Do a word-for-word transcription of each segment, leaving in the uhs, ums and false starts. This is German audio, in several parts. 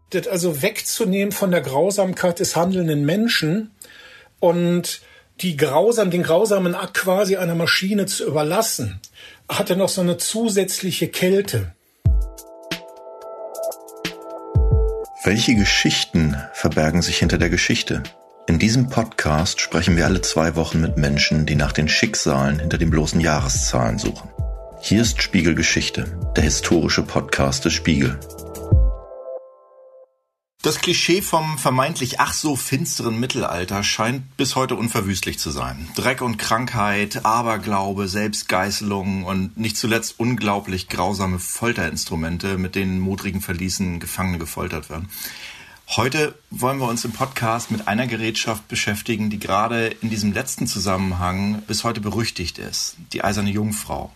Das also wegzunehmen von der Grausamkeit des handelnden Menschen und die grausam, den grausamen Akt quasi einer Maschine zu überlassen, hatte noch so eine zusätzliche Kälte. Welche Geschichten verbergen sich hinter der Geschichte? In diesem Podcast sprechen wir alle zwei Wochen mit Menschen, die nach den Schicksalen hinter den bloßen Jahreszahlen suchen. Hier ist Spiegelgeschichte, der historische Podcast des Spiegel. Das Klischee vom vermeintlich ach so finsteren Mittelalter scheint bis heute unverwüstlich zu sein. Dreck und Krankheit, Aberglaube, Selbstgeißelung und nicht zuletzt unglaublich grausame Folterinstrumente, mit denen modrigen Verließen Gefangene gefoltert werden. Heute wollen wir uns im Podcast mit einer Gerätschaft beschäftigen, die gerade in diesem letzten Zusammenhang bis heute berüchtigt ist, die Eiserne Jungfrau.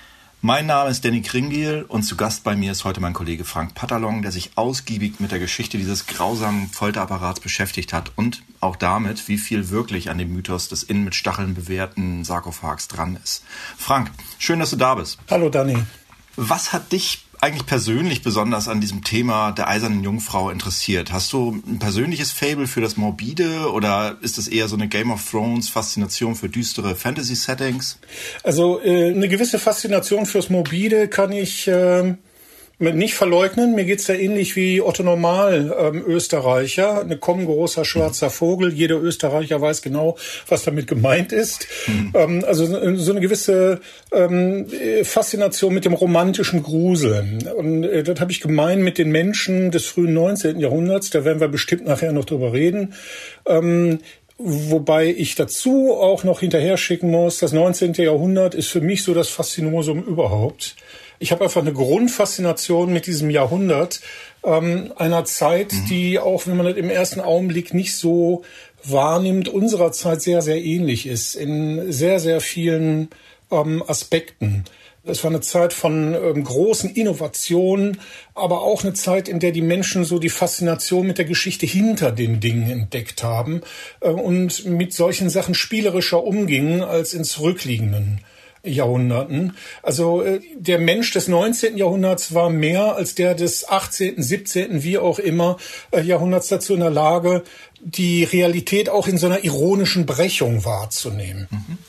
Mein Name ist Danny Kringiel und zu Gast bei mir ist heute mein Kollege Frank Patterlong, der sich ausgiebig mit der Geschichte dieses grausamen Folterapparats beschäftigt hat und auch damit, wie viel wirklich an dem Mythos des innen mit Stacheln bewehrten Sarkophags dran ist. Frank, schön, dass du da bist. Hallo Danny. Was hat dich eigentlich persönlich besonders an diesem Thema der Eisernen Jungfrau interessiert? Hast du ein persönliches Faible für das Morbide oder ist es eher so eine Game of Thrones Faszination für düstere Fantasy-Settings? Also äh, eine gewisse Faszination fürs Morbide kann ich äh, nicht verleugnen. Mir geht's da ähnlich wie Otto Normal, ähm, Österreicher. Ein komm großer schwarzer Vogel. Jeder Österreicher weiß genau, was damit gemeint ist. Mhm. Ähm, also so eine gewisse ähm, Faszination mit dem romantischen Grusel. Und äh, das habe ich gemein mit den Menschen des frühen neunzehnten Jahrhunderts. Da werden wir bestimmt nachher noch drüber reden. Ähm, Wobei ich dazu auch noch hinterher schicken muss, das neunzehnte Jahrhundert ist für mich so das Faszinosum überhaupt. Ich habe einfach eine Grundfaszination mit diesem Jahrhundert, ähm, einer Zeit, mhm. die auch, wenn man das im ersten Augenblick nicht so wahrnimmt, unserer Zeit sehr, sehr ähnlich ist, in sehr, sehr vielen ähm, Aspekten. Es war eine Zeit von ähm, großen Innovationen, aber auch eine Zeit, in der die Menschen so die Faszination mit der Geschichte hinter den Dingen entdeckt haben äh, und mit solchen Sachen spielerischer umgingen als in zurückliegenden Jahrhunderten. Also äh, der Mensch des neunzehnten Jahrhunderts war mehr als der des achtzehnten, siebzehnten, wie auch immer, äh, Jahrhunderts dazu in der Lage, die Realität auch in so einer ironischen Brechung wahrzunehmen. Mhm.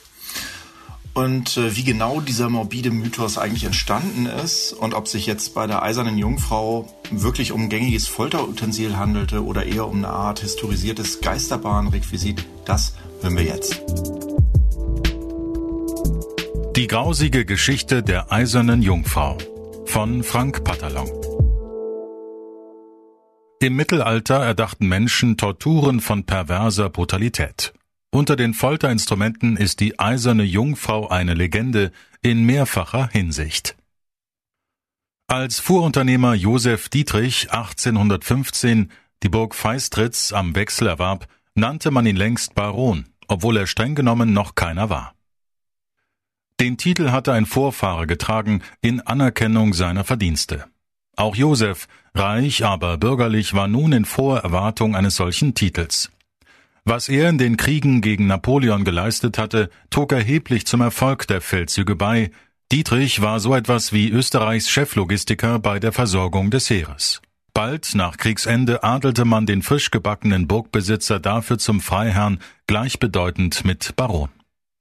Und äh, wie genau dieser morbide Mythos eigentlich entstanden ist und ob sich jetzt bei der Eisernen Jungfrau wirklich um ein gängiges Folterutensil handelte oder eher um eine Art historisiertes Geisterbahnrequisit, das hören wir jetzt. Die grausige Geschichte der Eisernen Jungfrau von Frank Patterlong. Im Mittelalter erdachten Menschen Torturen von perverser Brutalität. Unter den Folterinstrumenten ist die Eiserne Jungfrau eine Legende in mehrfacher Hinsicht. Als Fuhrunternehmer Josef Dietrich achtzehnhundertfünfzehn die Burg Feistritz am Wechsel erwarb, nannte man ihn längst Baron, obwohl er streng genommen noch keiner war. Den Titel hatte ein Vorfahre getragen in Anerkennung seiner Verdienste. Auch Josef, reich, aber bürgerlich, war nun in froher Erwartung eines solchen Titels. Was er in den Kriegen gegen Napoleon geleistet hatte, trug erheblich zum Erfolg der Feldzüge bei. Dietrich war so etwas wie Österreichs Cheflogistiker bei der Versorgung des Heeres. Bald nach Kriegsende adelte man den frisch gebackenen Burgbesitzer dafür zum Freiherrn, gleichbedeutend mit Baron.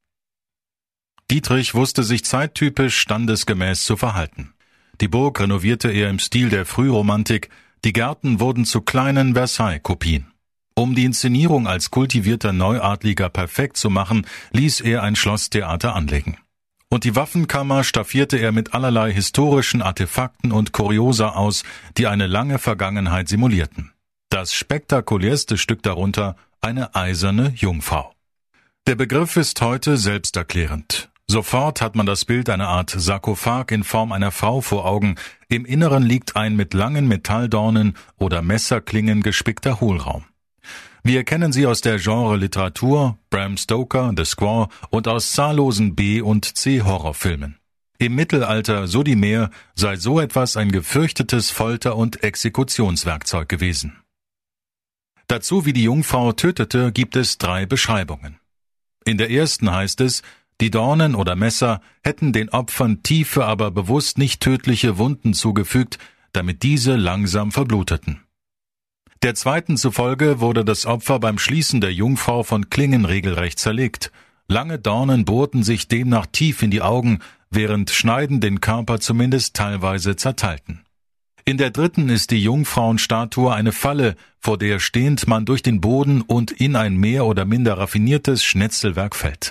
Dietrich wusste sich zeittypisch standesgemäß zu verhalten. Die Burg renovierte er im Stil der Frühromantik, die Gärten wurden zu kleinen Versailles-Kopien. Um die Inszenierung als kultivierter Neuadliger perfekt zu machen, ließ er ein Schlosstheater anlegen. Und die Waffenkammer staffierte er mit allerlei historischen Artefakten und Kuriosa aus, die eine lange Vergangenheit simulierten. Das spektakulärste Stück darunter, eine eiserne Jungfrau. Der Begriff ist heute selbsterklärend. Sofort hat man das Bild einer Art Sarkophag in Form einer Frau vor Augen. Im Inneren liegt ein mit langen Metalldornen oder Messerklingen gespickter Hohlraum. Wir kennen sie aus der Genre-Literatur, Bram Stoker, The Squaw und aus zahllosen B- und C-Horrorfilmen. Im Mittelalter, so die mehr, sei so etwas ein gefürchtetes Folter- und Exekutionswerkzeug gewesen. Dazu, wie die Jungfrau tötete, gibt es drei Beschreibungen. In der ersten heißt es, die Dornen oder Messer hätten den Opfern tiefe, aber bewusst nicht tödliche Wunden zugefügt, damit diese langsam verbluteten. Der zweiten zufolge wurde das Opfer beim Schließen der Jungfrau von Klingen regelrecht zerlegt. Lange Dornen bohrten sich demnach tief in die Augen, während Schneiden den Körper zumindest teilweise zerteilten. In der dritten ist die Jungfrauenstatue eine Falle, vor der stehend man durch den Boden und in ein mehr oder minder raffiniertes Schnetzelwerk fällt.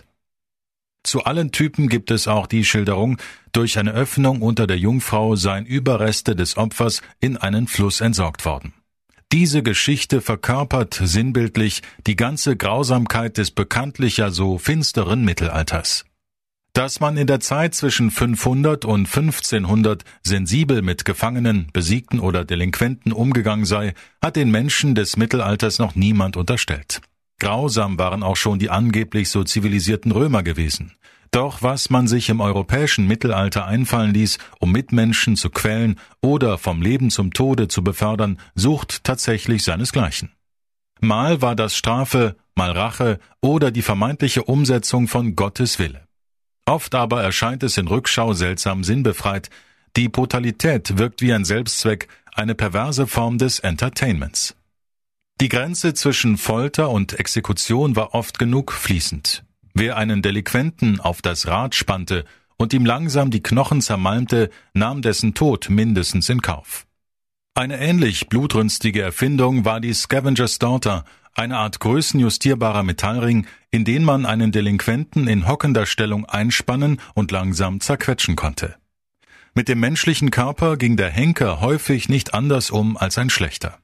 Zu allen Typen gibt es auch die Schilderung, durch eine Öffnung unter der Jungfrau seien Überreste des Opfers in einen Fluss entsorgt worden. Diese Geschichte verkörpert sinnbildlich die ganze Grausamkeit des bekanntlich ja so finsteren Mittelalters. Dass man in der Zeit zwischen fünfhundert und fünfzehnhundert sensibel mit Gefangenen, Besiegten oder Delinquenten umgegangen sei, hat den Menschen des Mittelalters noch niemand unterstellt. Grausam waren auch schon die angeblich so zivilisierten Römer gewesen. Doch was man sich im europäischen Mittelalter einfallen ließ, um Mitmenschen zu quälen oder vom Leben zum Tode zu befördern, sucht tatsächlich seinesgleichen. Mal war das Strafe, mal Rache oder die vermeintliche Umsetzung von Gottes Wille. Oft aber erscheint es in Rückschau seltsam sinnbefreit. Die Brutalität wirkt wie ein Selbstzweck, eine perverse Form des Entertainments. Die Grenze zwischen Folter und Exekution war oft genug fließend. Wer einen Delinquenten auf das Rad spannte und ihm langsam die Knochen zermalmte, nahm dessen Tod mindestens in Kauf. Eine ähnlich blutrünstige Erfindung war die Scavenger's Daughter, eine Art größenjustierbarer Metallring, in den man einen Delinquenten in hockender Stellung einspannen und langsam zerquetschen konnte. Mit dem menschlichen Körper ging der Henker häufig nicht anders um als ein Schlächter.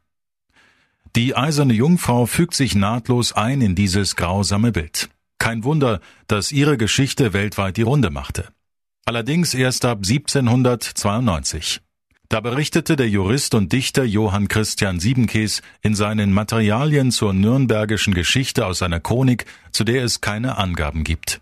Die eiserne Jungfrau fügt sich nahtlos ein in dieses grausame Bild. Kein Wunder, dass ihre Geschichte weltweit die Runde machte. Allerdings erst ab siebzehnhundertzweiundneunzig. Da berichtete der Jurist und Dichter Johann Christian Siebenkees in seinen Materialien zur nürnbergischen Geschichte aus einer Chronik, zu der es keine Angaben gibt.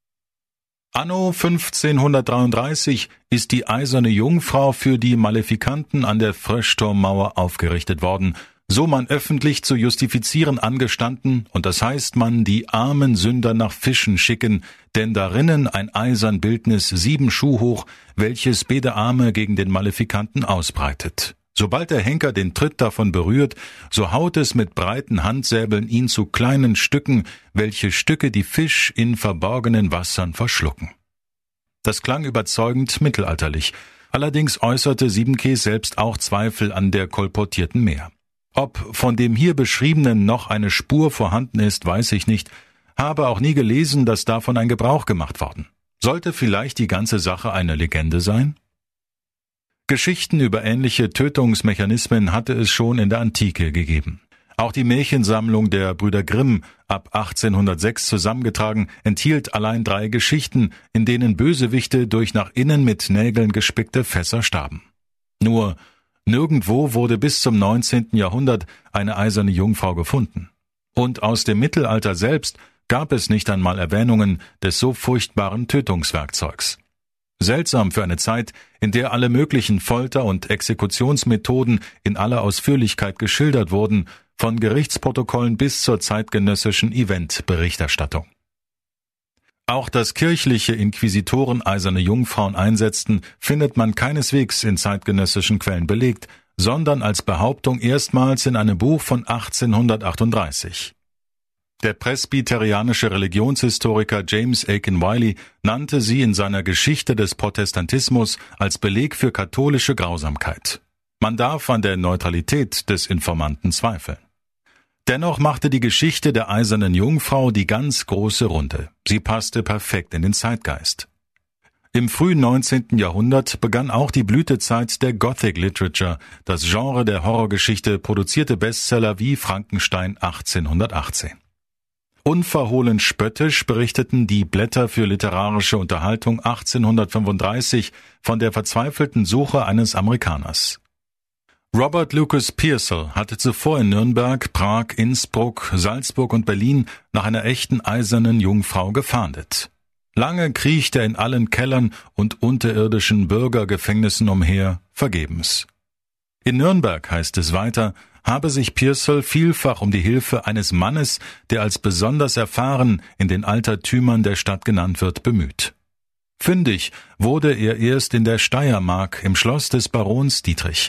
Anno fünfzehnhundertdreiunddreißig ist die eiserne Jungfrau für die Malefikanten an der Fröschturmmauer aufgerichtet worden, so man öffentlich zu justifizieren angestanden, und das heißt man die armen Sünder nach Fischen schicken, denn darinnen ein eisern Bildnis sieben Schuh hoch, welches beide Arme gegen den Malefikanten ausbreitet. Sobald der Henker den Tritt davon berührt, so haut es mit breiten Handsäbeln ihn zu kleinen Stücken, welche Stücke die Fisch in verborgenen Wassern verschlucken. Das klang überzeugend mittelalterlich, allerdings äußerte Siebenkees selbst auch Zweifel an der kolportierten Mär. Ob von dem hier beschriebenen noch eine Spur vorhanden ist, weiß ich nicht, habe auch nie gelesen, dass davon ein Gebrauch gemacht worden. Sollte vielleicht die ganze Sache eine Legende sein? Geschichten über ähnliche Tötungsmechanismen hatte es schon in der Antike gegeben. Auch die Märchensammlung der Brüder Grimm, ab achtzehnhundertsechs zusammengetragen, enthielt allein drei Geschichten, in denen Bösewichte durch nach innen mit Nägeln gespickte Fässer starben. Nur nirgendwo wurde bis zum neunzehnten Jahrhundert eine eiserne Jungfrau gefunden. Und aus dem Mittelalter selbst gab es nicht einmal Erwähnungen des so furchtbaren Tötungswerkzeugs. Seltsam für eine Zeit, in der alle möglichen Folter- und Exekutionsmethoden in aller Ausführlichkeit geschildert wurden, von Gerichtsprotokollen bis zur zeitgenössischen Eventberichterstattung. Auch dass kirchliche Inquisitoren eiserne Jungfrauen einsetzten, findet man keineswegs in zeitgenössischen Quellen belegt, sondern als Behauptung erstmals in einem Buch von achtzehnhundertachtunddreißig. Der presbyterianische Religionshistoriker James Aiken Wiley nannte sie in seiner Geschichte des Protestantismus als Beleg für katholische Grausamkeit. Man darf an der Neutralität des Informanten zweifeln. Dennoch machte die Geschichte der eisernen Jungfrau die ganz große Runde. Sie passte perfekt in den Zeitgeist. Im frühen neunzehnten Jahrhundert begann auch die Blütezeit der Gothic Literature. Das Genre der Horrorgeschichte produzierte Bestseller wie Frankenstein achtzehnhundertachtzehn. Unverhohlen spöttisch berichteten die Blätter für literarische Unterhaltung achtzehnhundertfünfunddreißig von der verzweifelten Suche eines Amerikaners. Robert Lucas Pearsall hatte zuvor in Nürnberg, Prag, Innsbruck, Salzburg und Berlin nach einer echten eisernen Jungfrau gefahndet. Lange kriecht er in allen Kellern und unterirdischen Bürgergefängnissen umher, vergebens. In Nürnberg, heißt es weiter, habe sich Pearsall vielfach um die Hilfe eines Mannes, der als besonders erfahren in den Altertümern der Stadt genannt wird, bemüht. Fündig wurde er erst in der Steiermark im Schloss des Barons Dietrich.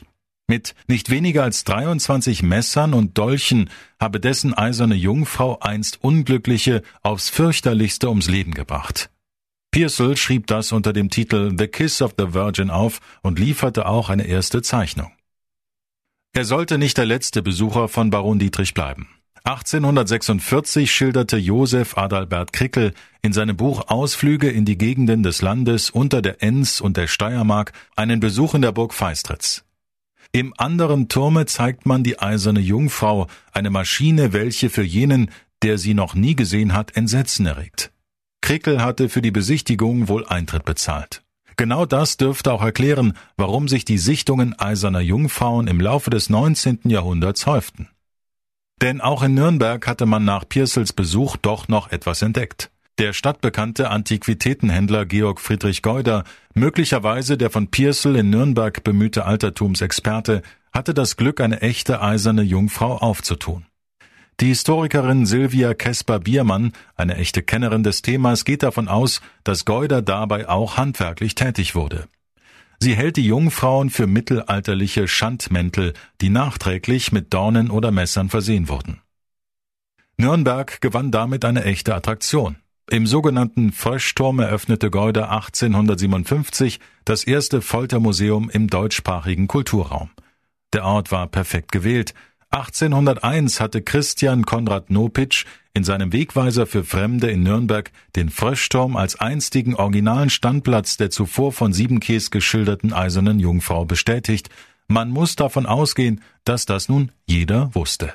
Mit nicht weniger als dreiundzwanzig Messern und Dolchen habe dessen eiserne Jungfrau einst Unglückliche aufs fürchterlichste ums Leben gebracht. Pearsall schrieb das unter dem Titel The Kiss of the Virgin auf und lieferte auch eine erste Zeichnung. Er sollte nicht der letzte Besucher von Baron Dietrich bleiben. achtzehnhundertsechsundvierzig schilderte Josef Adalbert Krickel in seinem Buch Ausflüge in die Gegenden des Landes unter der Enns und der Steiermark einen Besuch in der Burg Feistritz. Im anderen Turme zeigt man die eiserne Jungfrau, eine Maschine, welche für jenen, der sie noch nie gesehen hat, Entsetzen erregt. Krickel hatte für die Besichtigung wohl Eintritt bezahlt. Genau das dürfte auch erklären, warum sich die Sichtungen eiserner Jungfrauen im Laufe des neunzehnten Jahrhunderts häuften. Denn auch in Nürnberg hatte man nach Pearsalls Besuch doch noch etwas entdeckt. Der stadtbekannte Antiquitätenhändler Georg Friedrich Geuder, möglicherweise der von Pearsall in Nürnberg bemühte Altertumsexperte, hatte das Glück, eine echte eiserne Jungfrau aufzutun. Die Historikerin Sylvia Kesper-Biermann, eine echte Kennerin des Themas, geht davon aus, dass Geuder dabei auch handwerklich tätig wurde. Sie hält die Jungfrauen für mittelalterliche Schandmäntel, die nachträglich mit Dornen oder Messern versehen wurden. Nürnberg gewann damit eine echte Attraktion. Im sogenannten Fröschturm eröffnete Geuder achtzehnhundertsiebenundfünfzig das erste Foltermuseum im deutschsprachigen Kulturraum. Der Ort war perfekt gewählt. achtzehnhunderteins hatte Christian Konrad Nopitsch in seinem Wegweiser für Fremde in Nürnberg den Fröschturm als einstigen originalen Standplatz der zuvor von Siebenkees geschilderten eisernen Jungfrau bestätigt. Man muss davon ausgehen, dass das nun jeder wusste.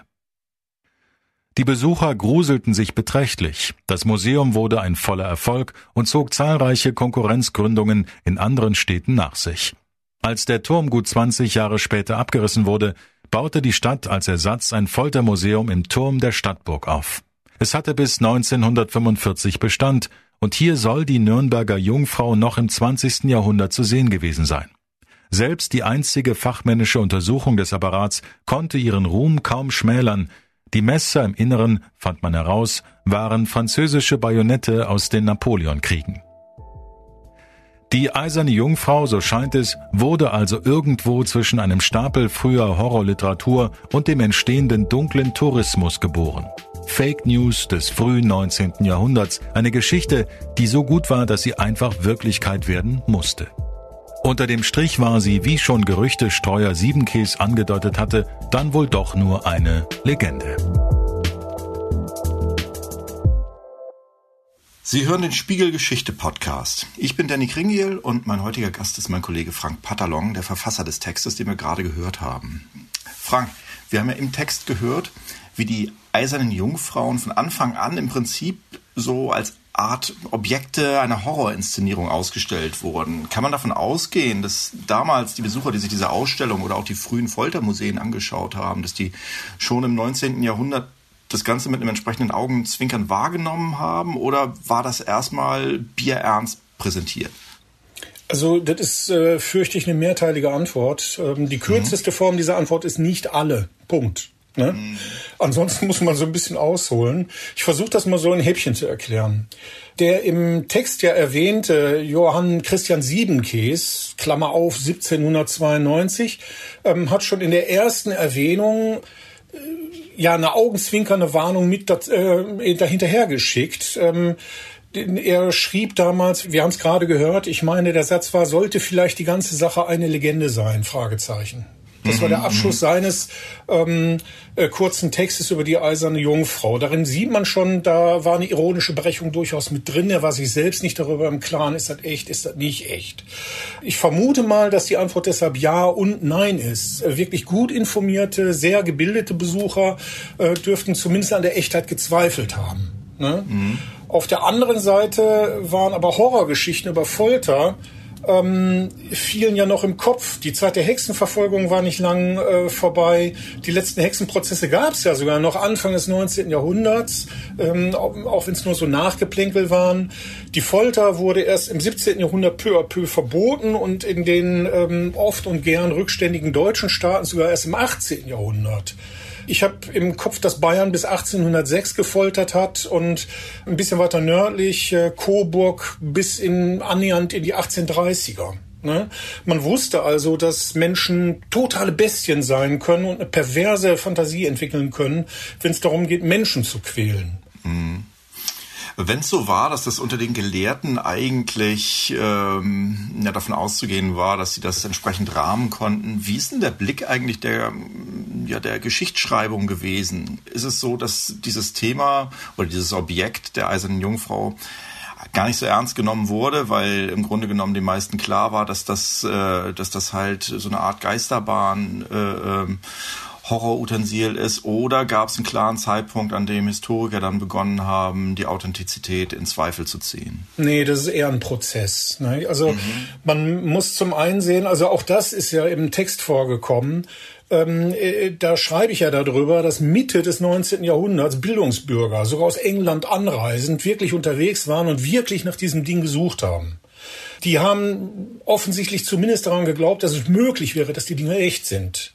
Die Besucher gruselten sich beträchtlich. Das Museum wurde ein voller Erfolg und zog zahlreiche Konkurrenzgründungen in anderen Städten nach sich. Als der Turm gut zwanzig Jahre später abgerissen wurde, baute die Stadt als Ersatz ein Foltermuseum im Turm der Stadtburg auf. Es hatte bis neunzehnhundertfünfundvierzig Bestand und hier soll die Nürnberger Jungfrau noch im zwanzigsten Jahrhundert zu sehen gewesen sein. Selbst die einstige fachmännische Untersuchung des Apparats konnte ihren Ruhm kaum schmälern. Die Messer im Inneren, fand man heraus, waren französische Bajonette aus den Napoleonkriegen. Die eiserne Jungfrau, so scheint es, wurde also irgendwo zwischen einem Stapel früher Horrorliteratur und dem entstehenden dunklen Tourismus geboren. Fake News des frühen neunzehnten Jahrhunderts, eine Geschichte, die so gut war, dass sie einfach Wirklichkeit werden musste. Unter dem Strich war sie, wie schon Gerüchtestreuer Siebenkees angedeutet hatte, dann wohl doch nur eine Legende. Sie hören den Spiegel-Geschichte-Podcast. Ich bin Danny Kringiel und mein heutiger Gast ist mein Kollege Frank Patterlong, der Verfasser des Textes, den wir gerade gehört haben. Frank, wir haben ja im Text gehört, wie die eisernen Jungfrauen von Anfang an im Prinzip so als Art Objekte einer Horrorinszenierung ausgestellt wurden. Kann man davon ausgehen, dass damals die Besucher, die sich diese Ausstellung oder auch die frühen Foltermuseen angeschaut haben, dass die schon im neunzehnten Jahrhundert das Ganze mit einem entsprechenden Augenzwinkern wahrgenommen haben? Oder war das erstmal bierernst präsentiert? Also das ist, äh, fürchte ich, eine mehrteilige Antwort. Ähm, die kürzeste mhm. Form dieser Antwort ist nicht alle. Punkt. Ne? Mhm. Ansonsten muss man so ein bisschen ausholen. Ich versuche das mal so in Häppchen zu erklären. Der im Text ja erwähnte Johann Christian Siebenkees, Klammer auf, siebzehnhundertzweiundneunzig, ähm, hat schon in der ersten Erwähnung äh, ja eine augenzwinkernde Warnung mit dat, äh, dahinterher geschickt. Ähm, Er schrieb damals, wir haben es gerade gehört, ich meine, der Satz war, sollte vielleicht die ganze Sache eine Legende sein? Fragezeichen. Das war der Abschluss seines ähm, äh, kurzen Textes über die eiserne Jungfrau. Darin sieht man schon, da war eine ironische Brechung durchaus mit drin. Er war sich selbst nicht darüber im Klaren, ist das echt, ist das nicht echt. Ich vermute mal, dass die Antwort deshalb Ja und Nein ist. Äh, wirklich gut informierte, sehr gebildete Besucher äh, dürften zumindest an der Echtheit gezweifelt haben. Ne? Mhm. Auf der anderen Seite waren aber Horrorgeschichten über Folter ähm, vielen ja noch im Kopf. Die Zeit der Hexenverfolgung war nicht lang äh, vorbei. Die letzten Hexenprozesse gab es ja sogar noch Anfang des neunzehnten Jahrhunderts, ähm, auch, auch wenn es nur so Nachgeplänkel waren. Die Folter wurde erst im siebzehnten Jahrhundert peu à peu verboten und in den ähm, oft und gern rückständigen deutschen Staaten sogar erst im achtzehnten Jahrhundert. Ich habe im Kopf, dass Bayern bis achtzehnhundertsechs gefoltert hat und ein bisschen weiter nördlich äh, Coburg bis in annähernd in die achtzehnhundertdreißiger. Ne? Man wusste also, dass Menschen totale Bestien sein können und eine perverse Fantasie entwickeln können, wenn es darum geht, Menschen zu quälen. Mhm. Wenn es so war, dass das unter den Gelehrten eigentlich ähm, ja, davon auszugehen war, dass sie das entsprechend rahmen konnten, wie ist denn der Blick eigentlich der, ja, der Geschichtsschreibung gewesen? Ist es so, dass dieses Thema oder dieses Objekt der Eisernen Jungfrau gar nicht so ernst genommen wurde, weil im Grunde genommen den meisten klar war, dass das, äh, dass das halt so eine Art Geisterbahn äh, ähm, Horrorutensil ist, oder gab es einen klaren Zeitpunkt, an dem Historiker dann begonnen haben, die Authentizität in Zweifel zu ziehen? Nee, das ist eher ein Prozess. Ne? Also mhm. man muss zum einen sehen, also auch das ist ja im Text vorgekommen, ähm, äh, da schreibe ich ja darüber, dass Mitte des neunzehnten Jahrhunderts Bildungsbürger, sogar aus England anreisend, wirklich unterwegs waren und wirklich nach diesem Ding gesucht haben. Die haben offensichtlich zumindest daran geglaubt, dass es möglich wäre, dass die Dinge echt sind.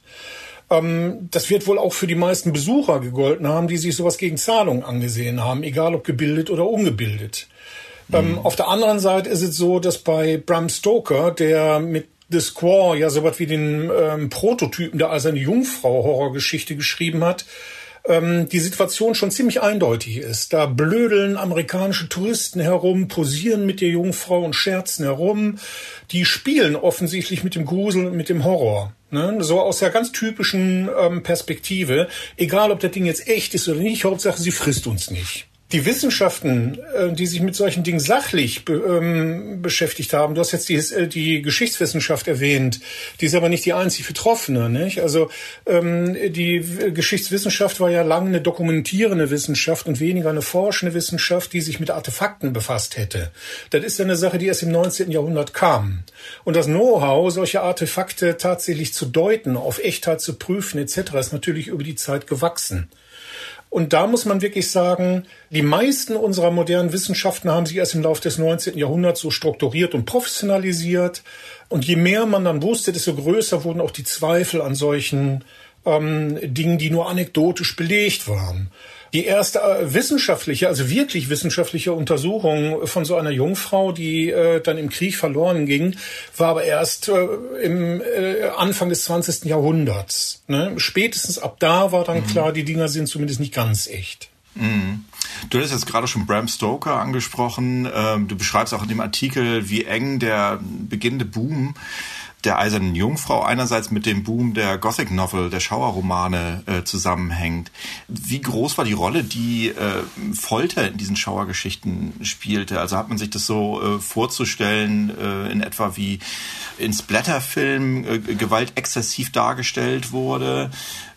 Das wird wohl auch für die meisten Besucher gegolten haben, die sich sowas gegen Zahlung angesehen haben, egal ob gebildet oder ungebildet. Mhm. Ähm, auf der anderen Seite ist es so, dass bei Bram Stoker, der mit The Squaw ja sowas wie den ähm, Prototypen der Eiserne Jungfrau Horrorgeschichte geschrieben hat, ähm, die Situation schon ziemlich eindeutig ist. Da blödeln amerikanische Touristen herum, posieren mit der Jungfrau und scherzen herum. Die spielen offensichtlich mit dem Grusel und mit dem Horror. Ne? So aus der ganz typischen ähm, Perspektive. Egal, ob das Ding jetzt echt ist oder nicht, Hauptsache, sie frisst uns nicht. Die Wissenschaften, äh, die sich mit solchen Dingen sachlich be- ähm, beschäftigt haben, du hast jetzt die, äh, die Geschichtswissenschaft erwähnt, die ist aber nicht die einzig Betroffene, nicht? Also ähm, die Geschichtswissenschaft war ja lange eine dokumentierende Wissenschaft und weniger eine forschende Wissenschaft, die sich mit Artefakten befasst hätte. Das ist ja eine Sache, die erst im neunzehnten Jahrhundert kam. Und das Know-how, solche Artefakte tatsächlich zu deuten, auf Echtheit zu prüfen et cetera, ist natürlich über die Zeit gewachsen. Und da muss man wirklich sagen, die meisten unserer modernen Wissenschaften haben sich erst im Laufe des neunzehnten Jahrhunderts so strukturiert und professionalisiert. Und je mehr man dann wusste, desto größer wurden auch die Zweifel an solchen ähm, Dingen, die nur anekdotisch belegt waren. Die erste äh, wissenschaftliche, also wirklich wissenschaftliche Untersuchung von so einer Jungfrau, die äh, dann im Krieg verloren ging, war aber erst äh, im äh, Anfang des zwanzigsten Jahrhunderts. Ne? Spätestens ab da war dann mhm. klar, die Dinger sind zumindest nicht ganz echt. Mhm. Du hast jetzt gerade schon Bram Stoker angesprochen. Ähm, du beschreibst auch in dem Artikel, wie eng der beginnende Boom der Eisernen Jungfrau einerseits mit dem Boom der Gothic Novel, der Schauerromane äh, zusammenhängt. Wie groß war die Rolle, die äh, Folter in diesen Schauergeschichten spielte? Also hat man sich das so äh, vorzustellen, äh, in etwa wie in Splatterfilmen äh, Gewalt exzessiv dargestellt wurde?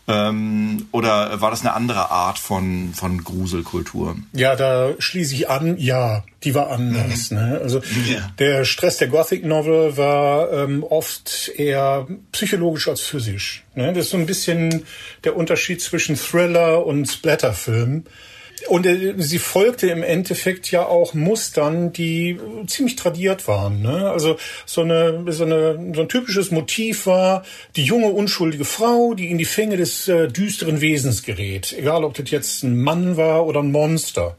Ähm, oder war das eine andere Art von, von Gruselkultur? Ja, da schließe ich an, ja, die war anders. Mhm. Ne? Also ja. Der Stress der Gothic Novel war ähm, oft eher psychologisch als physisch. Ne? Das ist so ein bisschen der Unterschied zwischen Thriller und Splatterfilm. Und äh, sie folgte im Endeffekt ja auch Mustern, die ziemlich tradiert waren. Ne? Also so eine, so eine, so ein typisches Motiv war die junge, unschuldige Frau, die in die Fänge des äh, düsteren Wesens gerät. Egal, ob das jetzt ein Mann war oder ein Monster.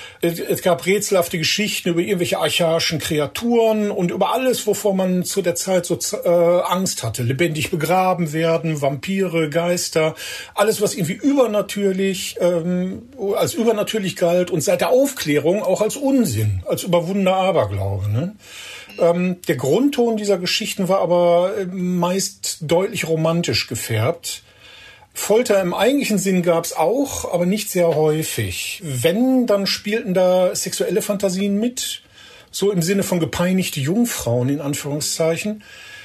Es gab rätselhafte Geschichten über irgendwelche archaischen Kreaturen und über alles, wovor man zu der Zeit so äh, Angst hatte. Lebendig begraben werden, Vampire, Geister, alles, was irgendwie übernatürlich, ähm, als übernatürlich galt und seit der Aufklärung auch als Unsinn, als überwundener Aberglaube. Ne? Ähm, der Grundton dieser Geschichten war aber meist deutlich romantisch gefärbt. Folter im eigentlichen Sinn gab's auch, aber nicht sehr häufig. Wenn, dann spielten da sexuelle Fantasien mit, so im Sinne von gepeinigte Jungfrauen in Anführungszeichen.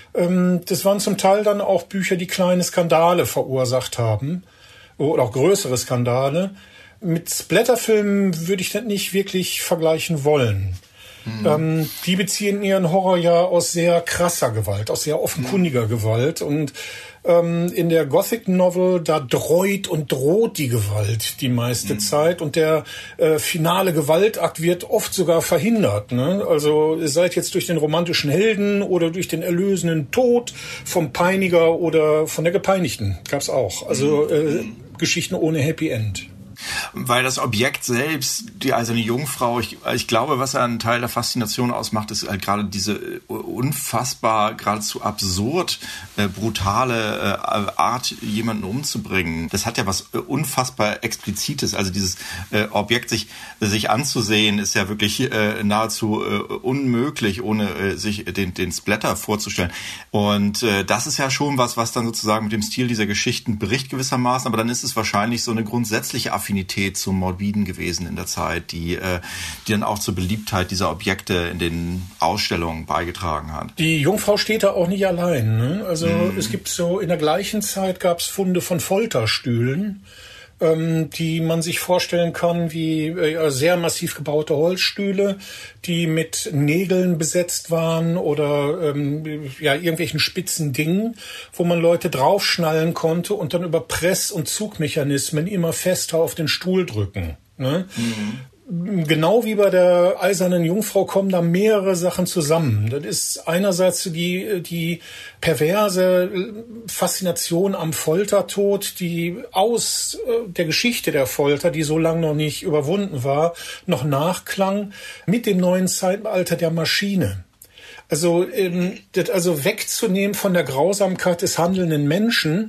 Das waren zum Teil dann auch Bücher, die kleine Skandale verursacht haben oder auch größere Skandale. Mit Splatterfilmen würde ich das nicht wirklich vergleichen wollen. Mhm. Ähm, die beziehen ihren Horror ja aus sehr krasser Gewalt, aus sehr offenkundiger mhm. Gewalt. Und ähm, in der Gothic Novel, da dreut und droht die Gewalt die meiste mhm. Zeit. Und der äh, finale Gewaltakt wird oft sogar verhindert. Ne? Also sei es jetzt durch den romantischen Helden oder durch den erlösenden Tod vom Peiniger oder von der Gepeinigten. Gab's auch. Also äh, Geschichten ohne Happy End. Weil das Objekt selbst, die eiserne Jungfrau, ich, ich glaube, was einen Teil der Faszination ausmacht, ist halt gerade diese unfassbar, geradezu absurd äh, brutale äh, Art, jemanden umzubringen. Das hat ja was äh, unfassbar Explizites. Also dieses äh, Objekt sich sich anzusehen, ist ja wirklich äh, nahezu äh, unmöglich, ohne äh, sich den den Splatter vorzustellen. Und äh, das ist ja schon was, was dann sozusagen mit dem Stil dieser Geschichten bricht gewissermaßen. Aber dann ist es wahrscheinlich so eine grundsätzliche Affinität zum Morbiden gewesen in der Zeit, die, äh, die dann auch zur Beliebtheit dieser Objekte in den Ausstellungen beigetragen hat. Die Jungfrau steht da auch nicht allein. Ne? Also mm. es gibt so, in der gleichen Zeit gab es Funde von Folterstühlen, ähm, die man sich vorstellen kann wie äh, sehr massiv gebaute Holzstühle, die mit Nägeln besetzt waren oder ähm, ja irgendwelchen spitzen Dingen, wo man Leute draufschnallen konnte und dann über Press- und Zugmechanismen immer fester auf den Stuhl drücken. Ne? Mhm. Genau wie bei der eisernen Jungfrau kommen da mehrere Sachen zusammen. Das ist einerseits die, die perverse Faszination am Foltertod, die aus der Geschichte der Folter, die so lange noch nicht überwunden war, noch nachklang mit dem neuen Zeitalter der Maschine. Also, das also wegzunehmen von der Grausamkeit des handelnden Menschen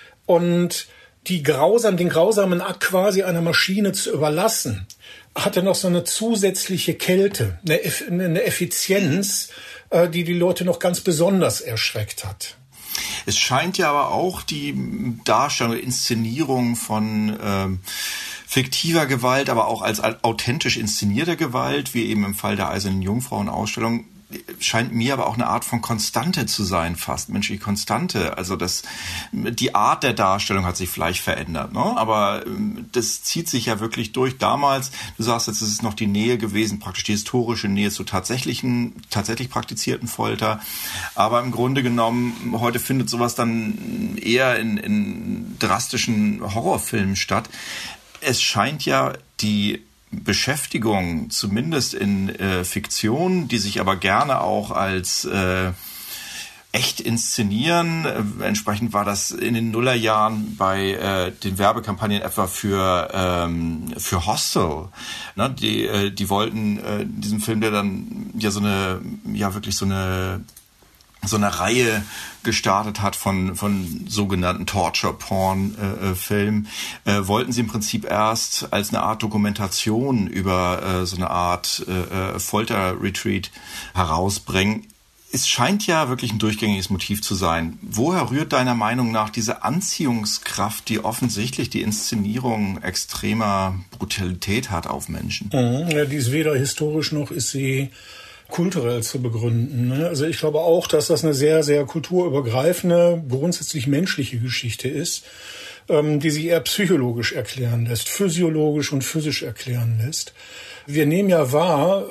und die grausam, den grausamen Akt quasi einer Maschine zu überlassen, hatte noch so eine zusätzliche Kälte, eine, Eff- eine Effizienz, äh, die die Leute noch ganz besonders erschreckt hat. Es scheint ja aber auch die Darstellung, Inszenierung von ähm, fiktiver Gewalt, aber auch als authentisch inszenierter Gewalt, wie eben im Fall der Eisernen Jungfrauen-Ausstellung, scheint mir aber auch eine Art von Konstante zu sein, fast menschliche Konstante. Also das, die Art der Darstellung hat sich vielleicht verändert, ne? Aber das zieht sich ja wirklich durch. Damals, du sagst jetzt, es ist noch die Nähe gewesen, praktisch die historische Nähe zur tatsächlichen, tatsächlich praktizierten Folter. Aber im Grunde genommen, heute findet sowas dann eher in, in drastischen Horrorfilmen statt. Es scheint ja die Beschäftigung, zumindest in äh, Fiktion, die sich aber gerne auch als äh, echt inszenieren. Äh, entsprechend war das in den Nullerjahren bei äh, den Werbekampagnen etwa für ähm, für Hostel. Ne? Die äh, die wollten äh, in diesem Film, der dann ja so eine ja wirklich so eine so eine Reihe gestartet hat von von sogenannten Torture-Porn-Filmen, äh, äh, wollten sie im Prinzip erst als eine Art Dokumentation über äh, so eine Art äh, Folter-Retreat herausbringen. Es scheint ja wirklich ein durchgängiges Motiv zu sein. Woher rührt deiner Meinung nach diese Anziehungskraft, die offensichtlich die Inszenierung extremer Brutalität hat auf Menschen? Mhm, ja, die ist weder historisch noch ist sie kulturell zu begründen. Also ich glaube auch, dass das eine sehr, sehr kulturübergreifende, grundsätzlich menschliche Geschichte ist, die sich eher psychologisch erklären lässt, physiologisch und physisch erklären lässt. Wir nehmen ja wahr,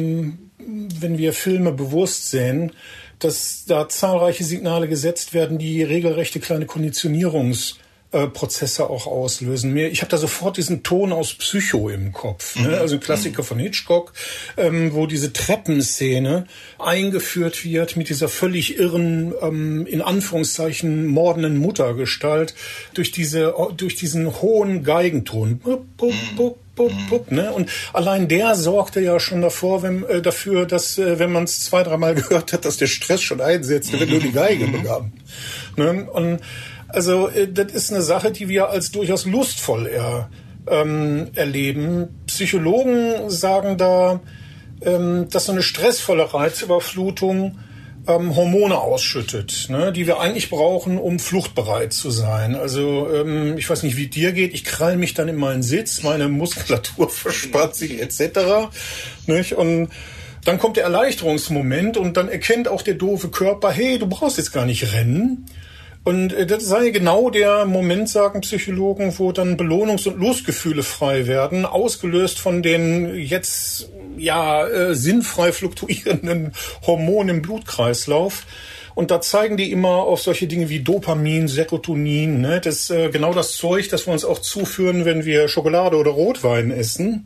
wenn wir Filme bewusst sehen, dass da zahlreiche Signale gesetzt werden, die regelrechte kleine Konditionierungs- Prozesse auch auslösen. Ich habe da sofort diesen Ton aus Psycho im Kopf, ne? Also ein Klassiker von Hitchcock, ähm, wo diese Treppenszene eingeführt wird mit dieser völlig irren, ähm, in Anführungszeichen mordenden Muttergestalt durch diese, durch diesen hohen Geigenton. Bup, bup, bup, bup, bup, ne? Und allein der sorgte ja schon davor, wenn, äh, dafür, dass äh, wenn man es zwei, dreimal gehört hat, dass der Stress schon einsetzte, wenn nur die Geige begann. Ne? Und also das ist eine Sache, die wir als durchaus lustvoll er, ähm, erleben. Psychologen sagen da, ähm, dass so eine stressvolle Reizüberflutung ähm, Hormone ausschüttet, ne, die wir eigentlich brauchen, um fluchtbereit zu sein. Also ähm, ich weiß nicht, wie dir geht. Ich krall mich dann in meinen Sitz, meine Muskulatur verspannt sich et cetera. Nicht? Und dann kommt der Erleichterungsmoment und dann erkennt auch der doofe Körper, hey, du brauchst jetzt gar nicht rennen. Und das sei genau der Moment, sagen Psychologen, wo dann Belohnungs- und Lustgefühle frei werden, ausgelöst von den jetzt ja äh, sinnfrei fluktuierenden Hormonen im Blutkreislauf. Und da zeigen die immer auf solche Dinge wie Dopamin, Serotonin, ne? Das ist äh, genau das Zeug, das wir uns auch zuführen, wenn wir Schokolade oder Rotwein essen.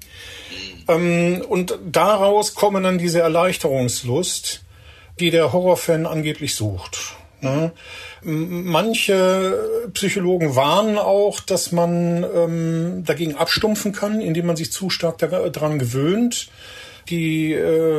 Ähm, und daraus kommen dann diese Erleichterungslust, die der Horrorfan angeblich sucht. Ne? Manche Psychologen warnen auch, dass man ähm, dagegen abstumpfen kann, indem man sich zu stark daran gewöhnt. Die, äh,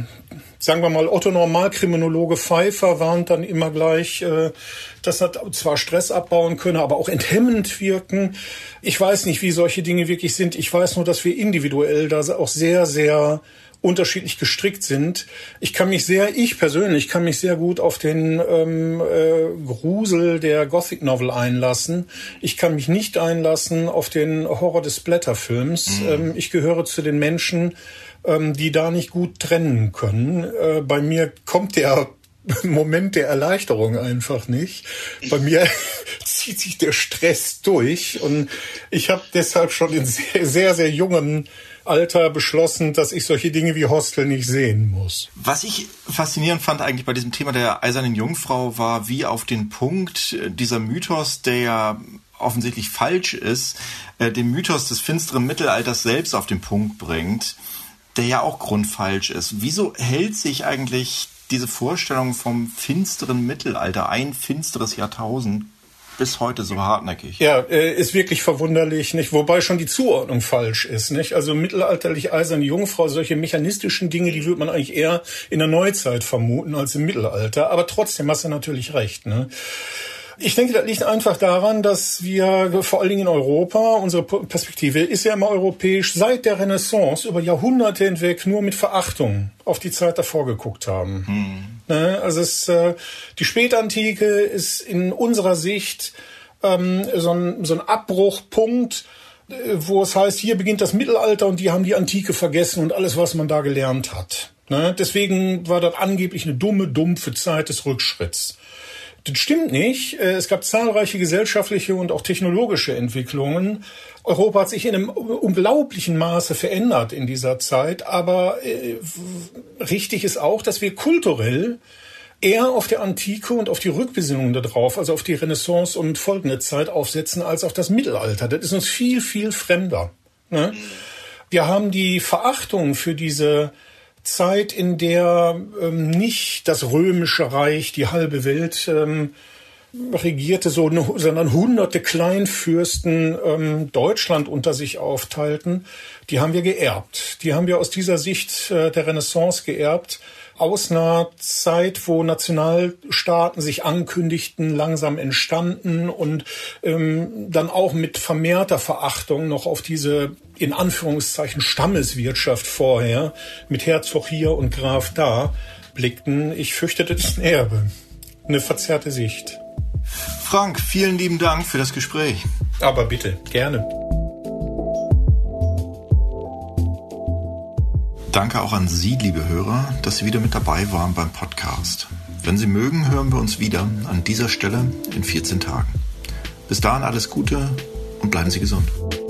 sagen wir mal, Otto-Normalkriminologe Pfeiffer warnt dann immer gleich, äh, dass das zwar Stress abbauen könne, aber auch enthemmend wirken. Ich weiß nicht, wie solche Dinge wirklich sind. Ich weiß nur, dass wir individuell da auch sehr, sehr unterschiedlich gestrickt sind. Ich kann mich sehr, ich persönlich kann mich sehr gut auf den ähm, äh, Grusel der Gothic Novel einlassen. Ich kann mich nicht einlassen auf den Horror des Splatter-Films. Mhm. Ähm, ich gehöre zu den Menschen, ähm, die da nicht gut trennen können. Äh, bei mir kommt der Moment der Erleichterung einfach nicht. Bei mir zieht sich der Stress durch und ich habe deshalb schon in sehr, sehr, sehr jungen Alter beschlossen, dass ich solche Dinge wie Hostel nicht sehen muss. Was ich faszinierend fand eigentlich bei diesem Thema der Eisernen Jungfrau war, wie auf den Punkt dieser Mythos, der ja offensichtlich falsch ist, äh, den Mythos des finsteren Mittelalters selbst auf den Punkt bringt, der ja auch grundfalsch ist. Wieso hält sich eigentlich diese Vorstellung vom finsteren Mittelalter, ein finsteres Jahrtausend, bis heute so hartnäckig? Ja, äh, ist wirklich verwunderlich, nicht? Wobei schon die Zuordnung falsch ist, nicht? Also mittelalterlich eiserne Jungfrau, solche mechanistischen Dinge, die würde man eigentlich eher in der Neuzeit vermuten als im Mittelalter. Aber trotzdem hast du natürlich recht, ne? Ich denke, das liegt einfach daran, dass wir vor allen Dingen in Europa, unsere Perspektive ist ja immer europäisch, seit der Renaissance über Jahrhunderte hinweg nur mit Verachtung auf die Zeit davor geguckt haben. Hm. Ne? Also es, äh, die Spätantike ist in unserer Sicht ähm, so ein, so ein Abbruchpunkt, äh, wo es heißt, hier beginnt das Mittelalter und die haben die Antike vergessen und alles, was man da gelernt hat. Ne? Deswegen war das angeblich eine dumme, dumpfe Zeit des Rückschritts. Das stimmt nicht. Es gab zahlreiche gesellschaftliche und auch technologische Entwicklungen. Europa hat sich in einem unglaublichen Maße verändert in dieser Zeit. Aber äh, richtig ist auch, dass wir kulturell eher auf der Antike und auf die Rückbesinnung darauf, also auf die Renaissance und folgende Zeit aufsetzen, als auf das Mittelalter. Das ist uns viel, viel fremder. Ne? Wir haben die Verachtung für diese Zeit, in der ähm, nicht das römische Reich die halbe Welt ähm, regierte, so, sondern hunderte Kleinfürsten ähm, Deutschland unter sich aufteilten, die haben wir geerbt. Die haben wir aus dieser Sicht äh, der Renaissance geerbt, aus einer Zeit, wo Nationalstaaten sich ankündigten, langsam entstanden und ähm, dann auch mit vermehrter Verachtung noch auf diese, in Anführungszeichen, Stammeswirtschaft vorher, mit Herzog hier und Graf da, blickten. Ich fürchte, das ist ein Erbe, eine verzerrte Sicht. Frank, vielen lieben Dank für das Gespräch. Aber bitte, gerne. Danke auch an Sie, liebe Hörer, dass Sie wieder mit dabei waren beim Podcast. Wenn Sie mögen, hören wir uns wieder an dieser Stelle in vierzehn Tagen. Bis dahin alles Gute und bleiben Sie gesund.